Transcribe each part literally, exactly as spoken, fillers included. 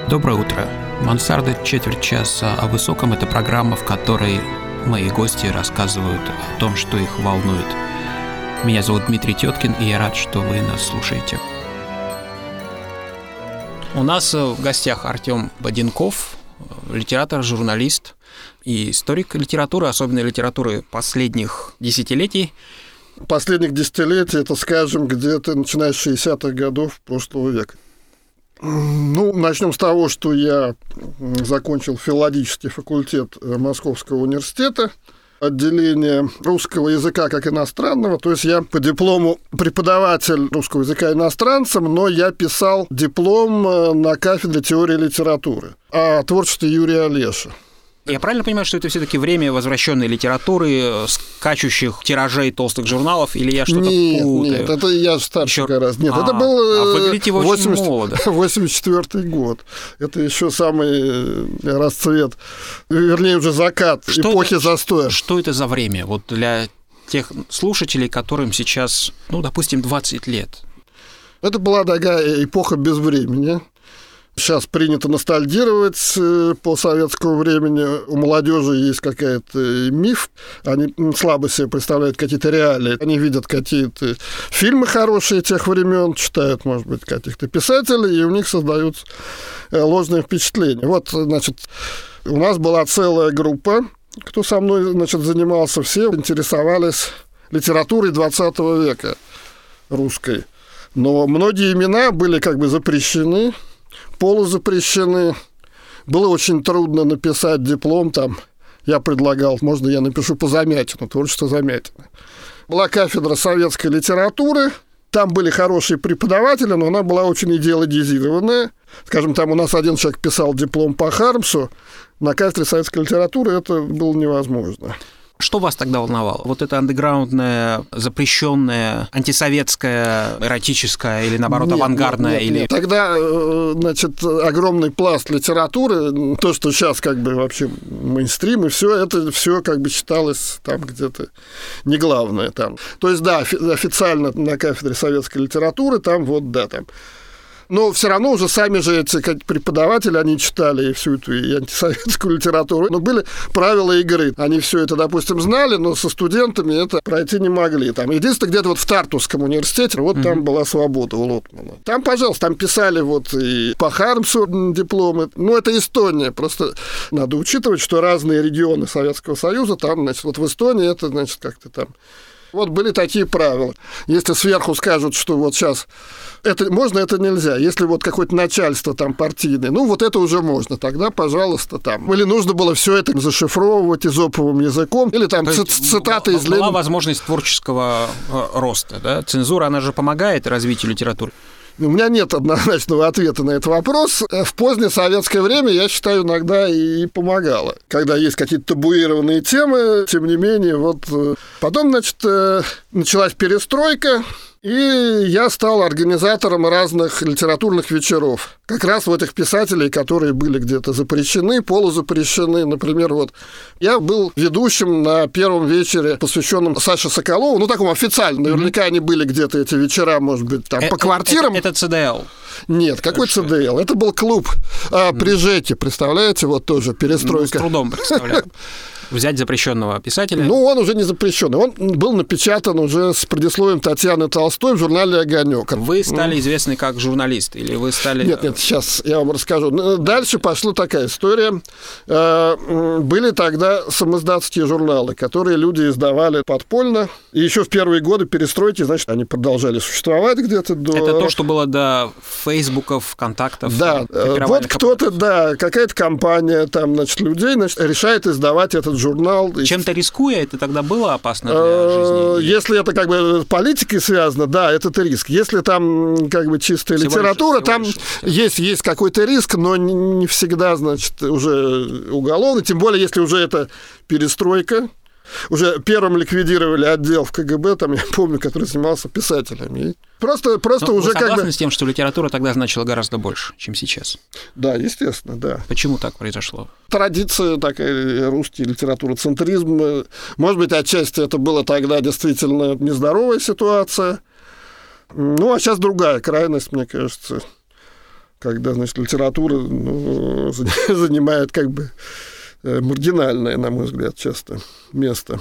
Доброе утро. «Мансарда. Четверть часа о высоком» — это программа, в которой мои гости рассказывают о том, что их волнует. Меня зовут Дмитрий Теткин, и я рад, что вы нас слушаете. У нас в гостях Артем Боденков, литератор, журналист и историк литературы, особенно литературы последних десятилетий. Последних десятилетий, это, скажем, где-то начиная с шестидесятых годов прошлого века. Ну, начнем с того, что я закончил филологический факультет Московского университета, отделение русского языка как иностранного, то есть я по диплому преподаватель русского языка иностранцам, но я писал диплом на кафедре теории литературы о творчестве Юрия Олеша. Я правильно понимаю, что это все-таки время возвращенной литературы, скачущих тиражей толстых журналов, или я что-то нет, путаю? Нет, это я старше Еще... гораздо. Нет, а, это был а выглядите вы очень молодо. восемьдесят четвёртый год. Это еще самый расцвет, вернее, уже закат что эпохи это, застоя. Что это за время вот для тех слушателей, которым сейчас, ну, допустим, двадцать лет? Это была такая эпоха без времени. Сейчас принято ностальгировать по советскому времени. У молодежи есть какой-то миф. Они слабо себе представляют какие-то реалии. Они видят какие-то фильмы хорошие тех времен, читают, может быть, каких-то писателей, и у них создаются ложные впечатления. Вот, значит, у нас была целая группа, кто со мной, значит, занимался, все интересовались литературой двадцатого века русской. Но многие имена были как бы запрещены, полузапрещены. Было очень трудно написать диплом там. Я предлагал, можно я напишу по Замятину, творчество Замятина. Была кафедра советской литературы, там были хорошие преподаватели, но она была очень идеологизированная. Скажем, там у нас один человек писал диплом по Хармсу, на кафедре советской литературы это было невозможно. Что вас тогда волновало? Вот это андеграундное, запрещенное, антисоветское, эротическое или, наоборот, нет, авангардное? Нет, или... нет. Тогда, значит, огромный пласт литературы, то, что сейчас как бы вообще мейнстрим, и все это все как бы считалось там где-то не главное там. То есть, да, официально на кафедре советской литературы там вот, да, там. Но все равно уже сами же эти преподаватели, они читали всю эту и антисоветскую литературу. Но были правила игры. Они все это, допустим, знали, но со студентами это пройти не могли. Там, единственное, где-то вот в Тартусском университете, вот mm-hmm. там была свобода у Лотмана. Там, пожалуйста, там писали вот и по Хармсу дипломы. Ну, это Эстония. Просто надо учитывать, что разные регионы Советского Союза, там, значит, вот в Эстонии это, значит, как-то там... Вот были такие правила. Если сверху скажут, что вот сейчас это можно, это нельзя. Если вот какое-то начальство там партийное, ну вот это уже можно, тогда, пожалуйста, там. Или нужно было все это зашифровывать изоповым языком, или там ц- цитаты из Ленина. Была возможность творческого роста, да? Цензура, она же помогает развитию литературы. У меня нет однозначного ответа на этот вопрос. В позднее советское время, я считаю, иногда и помогало. Когда есть какие-то табуированные темы, тем не менее, вот потом, значит, началась перестройка, и я стал организатором разных литературных вечеров. Как раз вот этих писателей, которые были где-то запрещены, полузапрещены. Например, вот я был ведущим на первом вечере, посвященном Саше Соколову, ну, такому официально. Наверняка mm-hmm. они были где-то эти вечера, может быть, там, по квартирам. Это, это ЦДЛ? Нет, какой Что? ЦДЛ? Это был клуб а, при ЖЭКе, представляете, вот тоже перестройка. Ну, с трудом представляю. Взять запрещенного писателя? Ну, он уже не запрещенный. Он был напечатан уже с предисловием Татьяны Толстой в журнале «Огонек». Вы стали известны как журналист? Или вы стали... Нет, нет, сейчас я вам расскажу. Дальше пошла такая история. Были тогда самоиздатские журналы, которые люди издавали подпольно. И еще в первые годы перестройки, значит, они продолжали существовать где-то до... Это то, что было до Фейсбуков, контактов? Да. Вот кто-то, да, какая-то компания там, значит, людей, значит, решает издавать этот журнал. Чем-то рискуя, это тогда было опасно для жизни? Если это как бы с политикой связано, да, это риск. Если там как бы чистая всего литература, лишь, там лишь, есть, есть какой-то риск, но не всегда, значит, уже уголовно, тем более, если уже это перестройка. Уже первым ликвидировали отдел в КГБ, там, я помню, который занимался писателями. Просто, просто Но уже вы согласны как бы... с тем, что литература тогда значила гораздо больше, чем сейчас? Да, естественно, да. Почему так произошло? Традиция такая, русский литературоцентризм. Может быть, отчасти это была тогда действительно нездоровая ситуация. Ну, а сейчас другая крайность, мне кажется. когда, значит, литература ну, занимает как бы маргинальное, на мой взгляд, часто место.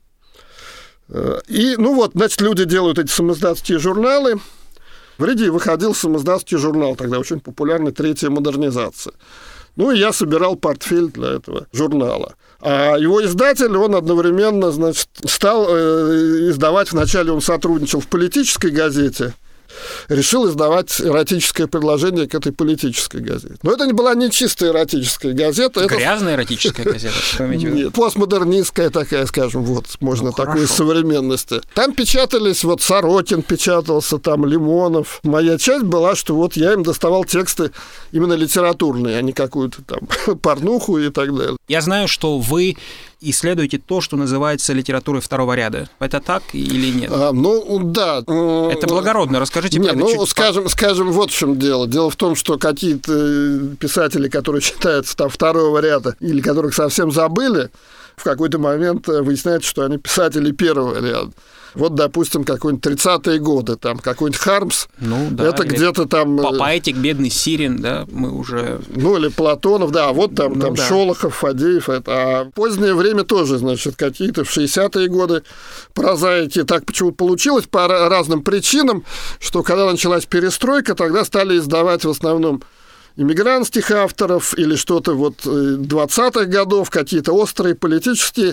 И, ну вот, значит, люди делают эти самоиздатские журналы. В Риге выходил самоиздатский журнал, тогда очень популярный, «Третья модернизация». Ну, и я собирал портфель для этого журнала. А его издатель, он одновременно, значит, стал э, издавать, вначале он сотрудничал в политической газете, решил издавать эротическое предложение к этой политической газете. Но это не была не чистая эротическая газета. Грязная это... эротическая газета? Нет, постмодернистская такая, скажем, вот, можно ну, такой из современности. Там печатались, вот Сорокин печатался, там Лимонов. Моя часть была, что вот я им доставал тексты именно литературные, а не какую-то там порнуху и так далее. Я знаю, что вы исследуете то, что называется литературой второго ряда. Это так или нет? А, ну, да. Это благородно. Расскажите нет, про это ну, чуть скажем, скажем, вот в чем дело. Дело в том, что какие-то писатели, которые считаются там второго ряда, или которых совсем забыли, в какой-то момент выясняется, что они писатели первого ряда. Вот, допустим, какой-нибудь тридцатые годы, там, какой-нибудь Хармс, ну, да, это где-то там... Поэтик, бедный Сирин, да, мы уже... Ну, или Платонов, да, вот там, ну, там да. Шолохов, Фадеев, это. А в позднее время тоже, значит, какие-то в шестидесятые годы прозаики. Так почему-то получилось по разным причинам, что когда началась перестройка, тогда стали издавать в основном иммигрантских авторов или что-то вот двадцатых годов, какие-то острые политические,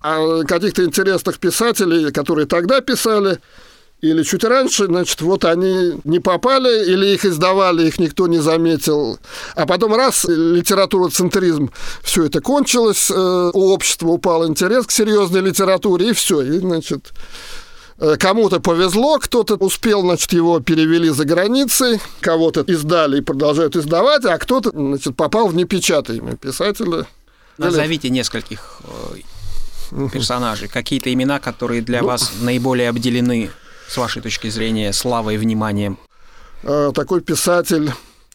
а каких-то интересных писателей, которые тогда писали, или чуть раньше, значит, вот они не попали, или их издавали, их никто не заметил. А потом раз, литературоцентризм, все это кончилось, у общества упал интерес к серьезной литературе, и все, и, значит... Кому-то повезло, кто-то успел, значит, его перевели за границей, кого-то издали и продолжают издавать, а кто-то, значит, попал в непечатаемые писатели. Назовите Или... нескольких персонажей, какие-то имена, которые для ну... вас наиболее обделены, с вашей точки зрения, славой и вниманием. Такой писатель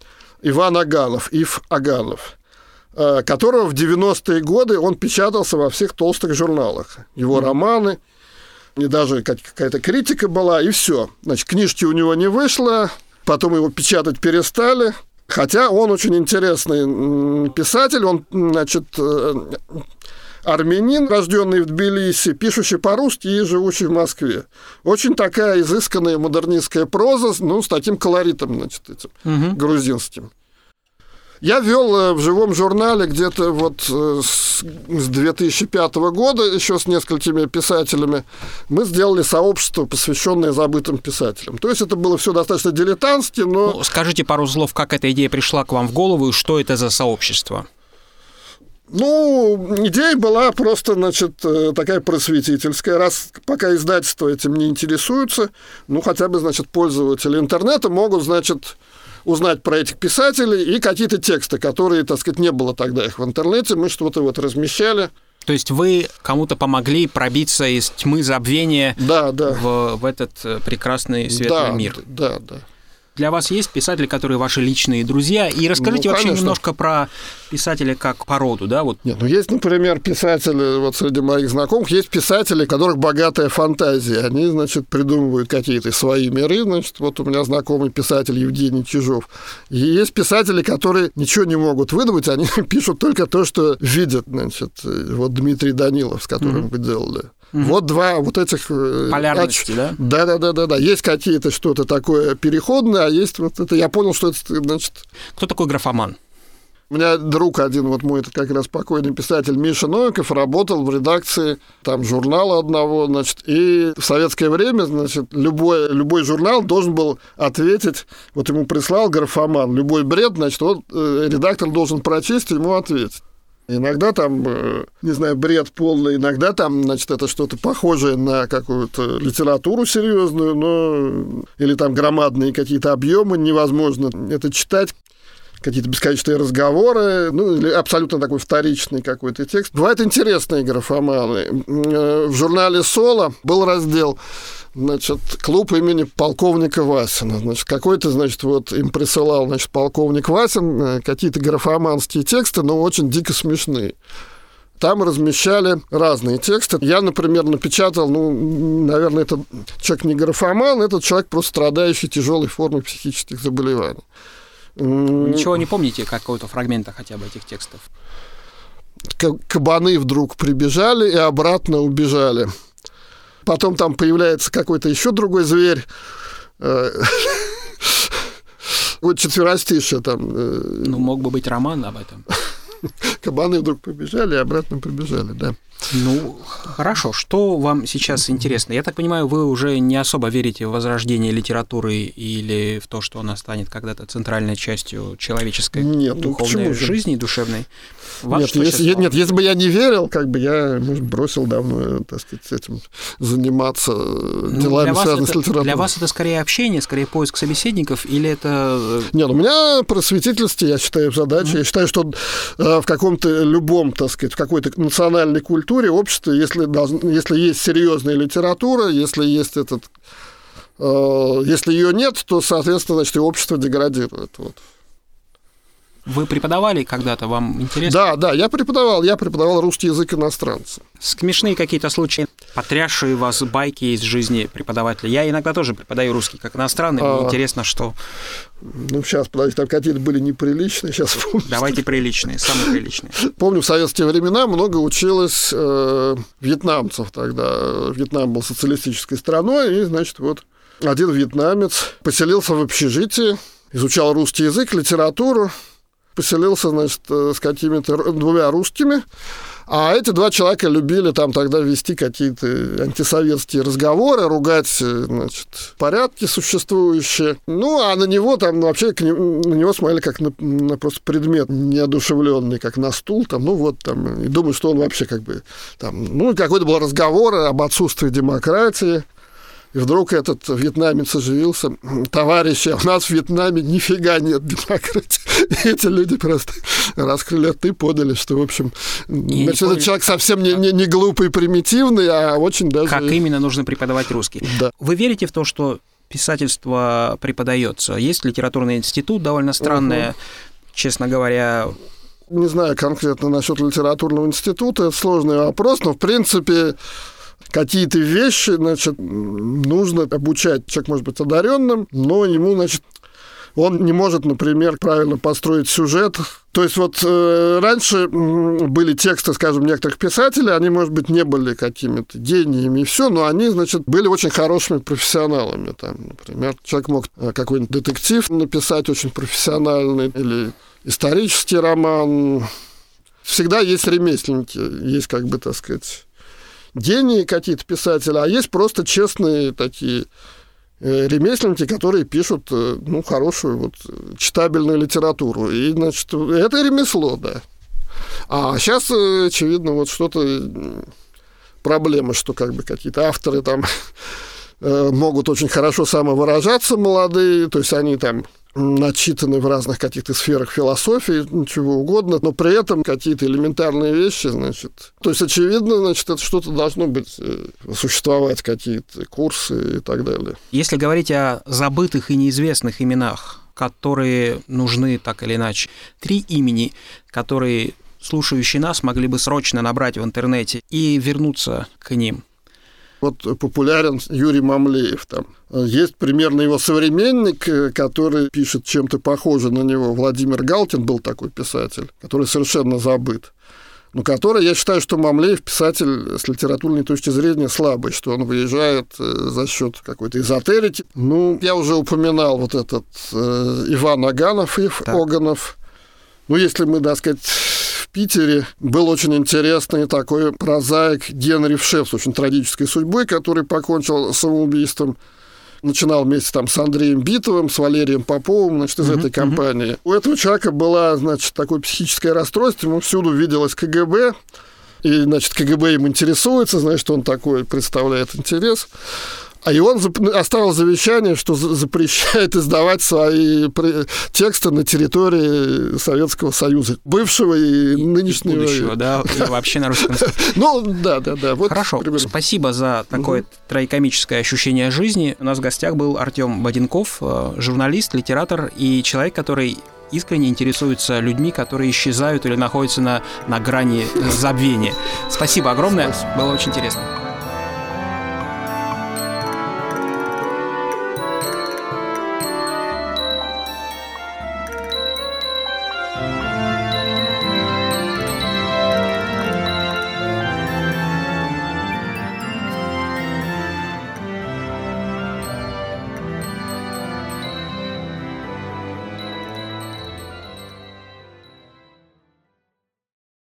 Иван Аганов, Ив Аганов, которого в девяностые годы он печатался во всех толстых журналах. Его mm-hmm. романы... И даже какая-то критика была, и все. Значит, книжки у него не вышло, потом его печатать перестали. Хотя он очень интересный писатель, он, значит, армянин, рожденный в Тбилиси, пишущий по-русски и живущий в Москве. Очень такая изысканная модернистская проза, ну, с таким колоритом, значит, этим угу. грузинским. Я вел в живом журнале где-то вот с две тысячи пятого года, еще с несколькими писателями, мы сделали сообщество, посвященное забытым писателям. То есть это было все достаточно дилетантски, но... Ну, скажите пару слов, как эта идея пришла к вам в голову, и что это за сообщество? Ну, идея была просто, значит, такая просветительская. Раз пока издательства этим не интересуются, ну, хотя бы, значит, пользователи интернета могут, значит... узнать про этих писателей и какие-то тексты, которые, так сказать, не было тогда их в интернете, мы что-то вот размещали. То есть вы кому-то помогли пробиться из тьмы забвения да, да. В, в этот прекрасный светлый да, мир? Да, да. Для вас есть писатели, которые ваши личные друзья? И расскажите ну, вообще немножко про писателя как породу, да? Вот. Нет, ну есть, например, писатели, вот среди моих знакомых, есть писатели, у которых богатая фантазия. Они, значит, придумывают какие-то свои миры. Значит, вот у меня знакомый писатель Евгений Чижов. И есть писатели, которые ничего не могут выдумать, они пишут только то, что видят. Значит, вот Дмитрий Данилов, с которым mm-hmm. вы делали. Mm-hmm. Вот два вот этих... Полярности, оч... да? Да-да-да-да. Есть какие-то что-то такое переходное, а есть вот это... Я понял, что это, значит... Кто такой графоман? У меня друг один, вот мой, это как раз покойный писатель Миша Новиков, работал в редакции там журнала одного, значит, и в советское время, значит, любой, любой журнал должен был ответить, вот ему прислал графоман, любой бред, значит, вот редактор должен прочесть и ему ответить. Иногда там, не знаю, бред полный, иногда там, значит, это что-то похожее на какую-то литературу серьезную, но... или там громадные какие-то объемы, невозможно это читать, какие-то бесконечные разговоры, ну, или абсолютно такой вторичный какой-то текст. Бывают интересные графоманы. В журнале «Соло» был раздел, значит, клуб имени полковника Васина. Значит, какой-то, значит, вот им присылал, значит, полковник Васин какие-то графоманские тексты, но очень дико смешные. Там размещали разные тексты. Я, например, напечатал, ну, наверное, этот человек не графоман, этот человек просто страдающий тяжелой формой психических заболеваний. Ничего не помните, какого-то фрагмента хотя бы этих текстов? Кабаны вдруг прибежали и обратно убежали. Потом там появляется какой-то еще другой зверь. Вот четверостишие там. Ну, мог бы быть роман об этом. Кабаны вдруг побежали и обратно прибежали, да. Ну, хорошо. Что вам сейчас интересно? Я так понимаю, вы уже не особо верите в возрождение литературы или в то, что она станет когда-то центральной частью человеческой нет, духовной ну, жизни, душевной? Вас нет, если, нет, если бы я не верил, как бы я, может, бросил давно, так сказать, этим заниматься ну, делами, связанными это, с литературой. Для вас это скорее общение, скорее поиск собеседников, или это... Нет, у меня просветительство, я считаю, задача. Mm-hmm. Я считаю, что э, в каком-то любом, так сказать, в какой-то национальной культуре, обществе, если, должен, если есть серьезная литература, если есть этот... Э, если ее нет, то, соответственно, значит, и общество деградирует. Вот. Вы преподавали когда-то, вам интересно? Да, да, я преподавал, я преподавал русский язык иностранцам. Смешные какие-то случаи, потрясшие вас байки из жизни преподавателя? Я иногда тоже преподаю русский как иностранный, мне а, интересно, что... Ну, сейчас, подождите, там какие-то были неприличные, сейчас помню. Давайте приличные, самые приличные. Помню, в советские времена много училось э, вьетнамцев тогда. Вьетнам был социалистической страной, и, значит, вот один вьетнамец поселился в общежитии, изучал русский язык, литературу, поселился, значит, с какими-то двумя русскими, а эти два человека любили там тогда вести какие-то антисоветские разговоры, ругать, значит, порядки существующие. Ну, а на него там, ну, вообще, на него смотрели как на, на просто предмет неодушевленный, как на стул, там, ну, вот, там, и думаю, что он вообще как бы, там, ну, какой-то был разговор об отсутствии демократии. И вдруг этот вьетнамец оживился. Товарищи, у нас в Вьетнаме нифига нет демократии. И эти люди просто раскрыли рты, поняли, что, в общем, значит, этот человек совсем не, не, не глупый, примитивный, а очень даже... Как именно нужно преподавать русский. Да. Вы верите в то, что писательство преподается? Есть литературный институт довольно странное, угу. честно говоря... Не знаю конкретно насчет литературного института, это сложный вопрос, но, в принципе... Какие-то вещи, значит, нужно обучать. Человек может быть одаренным, но ему, значит, он не может, например, правильно построить сюжет. То есть вот э, раньше были тексты, скажем, некоторых писателей, они, может быть, не были какими-то гениями и все, но они, значит, были очень хорошими профессионалами. Там, например, человек мог какой-нибудь детектив написать очень профессиональный или исторический роман. Всегда есть ремесленники, есть, как бы, так сказать... гении какие-то писатели, а есть просто честные такие ремесленники, которые пишут, ну, хорошую, вот, читабельную литературу. И, значит, это ремесло, да. А сейчас, очевидно, вот что-то... Проблема, что как бы какие-то авторы там могут очень хорошо самовыражаться, молодые, то есть они там начитаны в разных каких-то сферах философии, чего угодно, но при этом какие-то элементарные вещи, значит... То есть, очевидно, значит, это что-то должно быть, существовать, какие-то курсы и так далее. Если говорить о забытых и неизвестных именах, которые нужны так или иначе, три имени, которые слушающие нас могли бы срочно набрать в интернете и вернуться к ним. Вот популярен Юрий Мамлеев там. Есть примерно его современник, который пишет чем-то похоже на него. Владимир Галкин был такой писатель, который совершенно забыт. Но который, я считаю, что Мамлеев писатель с литературной точки зрения слабый, что он выезжает за счет какой-то эзотерики. Ну, я уже упоминал вот этот э, Иван Аганов, Ив да. Оганов. Ну, если мы, так сказать... В Питере был очень интересный такой прозаик Генрих Шеф с очень трагической судьбой, который покончил самоубийством. Начинал вместе там с Андреем Битовым, с Валерием Поповым, значит, из uh-huh, этой компании. Uh-huh. У этого человека было, значит, такое психическое расстройство, ему всюду виделось ка гэ бэ, и, значит, ка гэ бэ им интересуется, значит, он такой представляет интерес. А и он оставил завещание, что запрещает издавать свои тексты на территории Советского Союза, бывшего и, и нынешнего. Будущего, да, и вообще на русском языке. Ну, да, да, да. Хорошо, спасибо за такое трагикомическое ощущение жизни. У нас в гостях был Артём Боденков, журналист, литератор и человек, который искренне интересуется людьми, которые исчезают или находятся на, на грани забвения. Спасибо огромное, было очень интересно.